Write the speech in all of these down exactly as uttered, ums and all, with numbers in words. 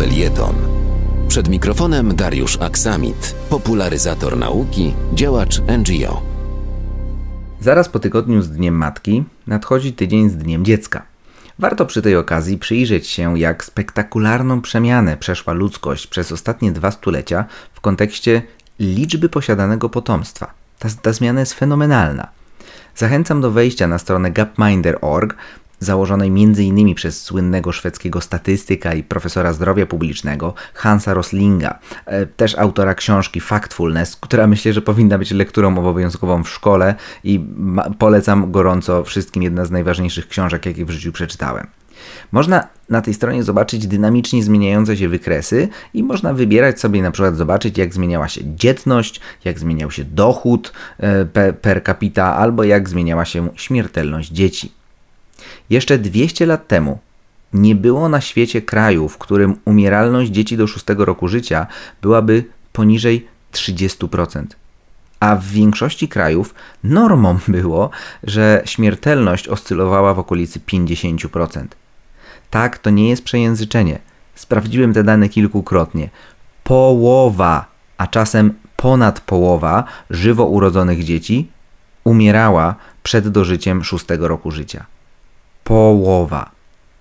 Felieton. Przed mikrofonem Dariusz Aksamit, popularyzator nauki, działacz N G O. Zaraz po tygodniu z Dniem Matki nadchodzi tydzień z Dniem Dziecka. Warto przy tej okazji przyjrzeć się, jak spektakularną przemianę przeszła ludzkość przez ostatnie dwa stulecia w kontekście liczby posiadanego potomstwa. Ta, ta zmiana jest fenomenalna. Zachęcam do wejścia na stronę gapminder kropka org, założonej między innymi przez słynnego szwedzkiego statystyka i profesora zdrowia publicznego Hansa Roslinga, też autora książki Factfulness, która myślę, że powinna być lekturą obowiązkową w szkole i polecam gorąco wszystkim, jedna z najważniejszych książek, jakie w życiu przeczytałem. Można na tej stronie zobaczyć dynamicznie zmieniające się wykresy i można wybierać sobie, na przykład zobaczyć, jak zmieniała się dzietność, jak zmieniał się dochód per capita albo jak zmieniała się śmiertelność dzieci. Jeszcze dwieście lat temu nie było na świecie kraju, w którym umieralność dzieci do szóstego roku życia byłaby poniżej trzydzieści procent. A w większości krajów normą było, że śmiertelność oscylowała w okolicy pięćdziesiąt procent. Tak, to nie jest przejęzyczenie. Sprawdziłem te dane kilkukrotnie. Połowa, a czasem ponad połowa żywo urodzonych dzieci umierała przed dożyciem szóstego roku życia. Połowa.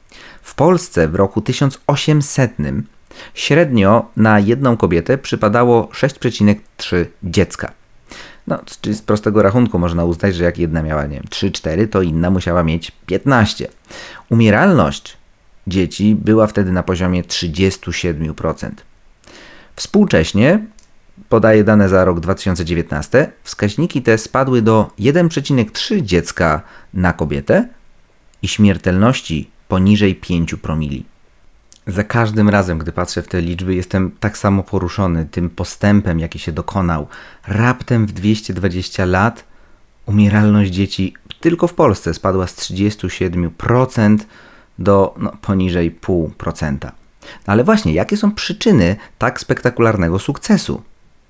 W Polsce w roku tysiąc osiemsetnym średnio na jedną kobietę przypadało sześć przecinek trzy dziecka. No, czyli z prostego rachunku można uznać, że jak jedna miała, nie wiem, trzy cztery, to inna musiała mieć piętnaście. Umieralność dzieci była wtedy na poziomie trzydzieści siedem procent. Współcześnie, podaję dane za rok dwa tysiące dziewiętnasty, wskaźniki te spadły do jeden przecinek trzy dziecka na kobietę i śmiertelności poniżej pięć promili. Za każdym razem, gdy patrzę w te liczby, jestem tak samo poruszony tym postępem, jaki się dokonał. Raptem w dwieście dwadzieścia lat umieralność dzieci tylko w Polsce spadła z trzydzieści siedem procent do no, poniżej zero przecinek pięć procent. No ale właśnie, jakie są przyczyny tak spektakularnego sukcesu?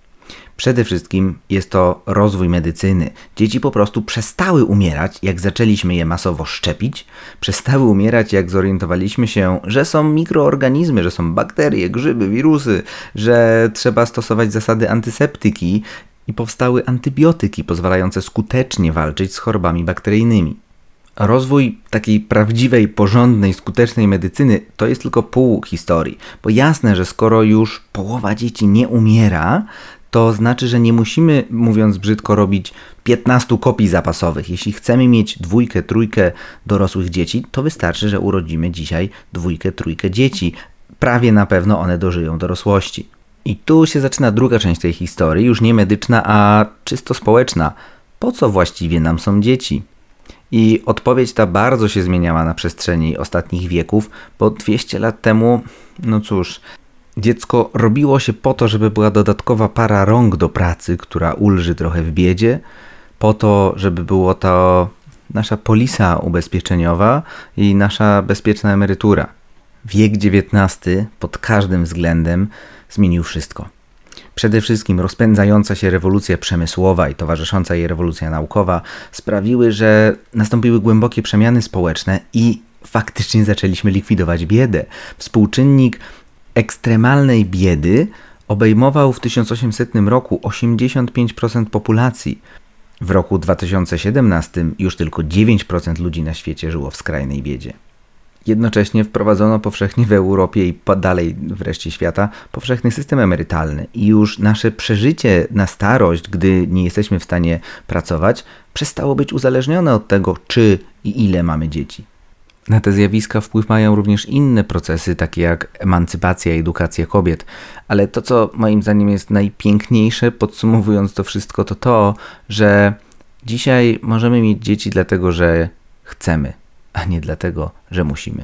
Przede wszystkim jest to rozwój medycyny. Dzieci po prostu przestały umierać, jak zaczęliśmy je masowo szczepić. Przestały umierać, jak zorientowaliśmy się, że są mikroorganizmy, że są bakterie, grzyby, wirusy, że trzeba stosować zasady antyseptyki i powstały antybiotyki pozwalające skutecznie walczyć z chorobami bakteryjnymi. Rozwój takiej prawdziwej, porządnej, skutecznej medycyny to jest tylko pół historii. Bo jasne, że skoro już połowa dzieci nie umiera, to znaczy, że nie musimy, mówiąc brzydko, robić piętnastu kopii zapasowych. Jeśli chcemy mieć dwójkę, trójkę dorosłych dzieci, to wystarczy, że urodzimy dzisiaj dwójkę, trójkę dzieci. Prawie na pewno one dożyją dorosłości. I tu się zaczyna druga część tej historii, już nie medyczna, a czysto społeczna. Po co właściwie nam są dzieci? I odpowiedź ta bardzo się zmieniała na przestrzeni ostatnich wieków, bo dwieście lat temu, no cóż, dziecko robiło się po to, żeby była dodatkowa para rąk do pracy, która ulży trochę w biedzie, po to, żeby było to nasza polisa ubezpieczeniowa i nasza bezpieczna emerytura. Wiek dziewiętnasty pod każdym względem zmienił wszystko. Przede wszystkim rozpędzająca się rewolucja przemysłowa i towarzysząca jej rewolucja naukowa sprawiły, że nastąpiły głębokie przemiany społeczne i faktycznie zaczęliśmy likwidować biedę. Współczynnik ekstremalnej biedy obejmował w tysiąc osiemsetnym roku osiemdziesiąt pięć procent populacji. W roku dwa tysiące siedemnastym już tylko dziewięć procent ludzi na świecie żyło w skrajnej biedzie. Jednocześnie wprowadzono powszechnie w Europie i dalej w reszcie świata powszechny system emerytalny i już nasze przeżycie na starość, gdy nie jesteśmy w stanie pracować, przestało być uzależnione od tego, czy i ile mamy dzieci. Na te zjawiska wpływ mają również inne procesy, takie jak emancypacja i edukacja kobiet, ale to, co moim zdaniem jest najpiękniejsze, podsumowując to wszystko, to to, że dzisiaj możemy mieć dzieci dlatego, że chcemy, a nie dlatego, że musimy.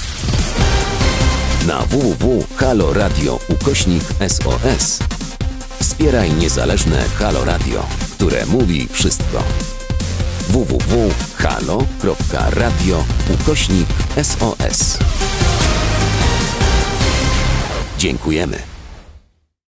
Na w w w kropka halo radio ukośnik S O S wspieraj niezależne Halo Radio, które mówi wszystko. w w w kropka halo kropka radio ukośnik S O S. Dziękujemy.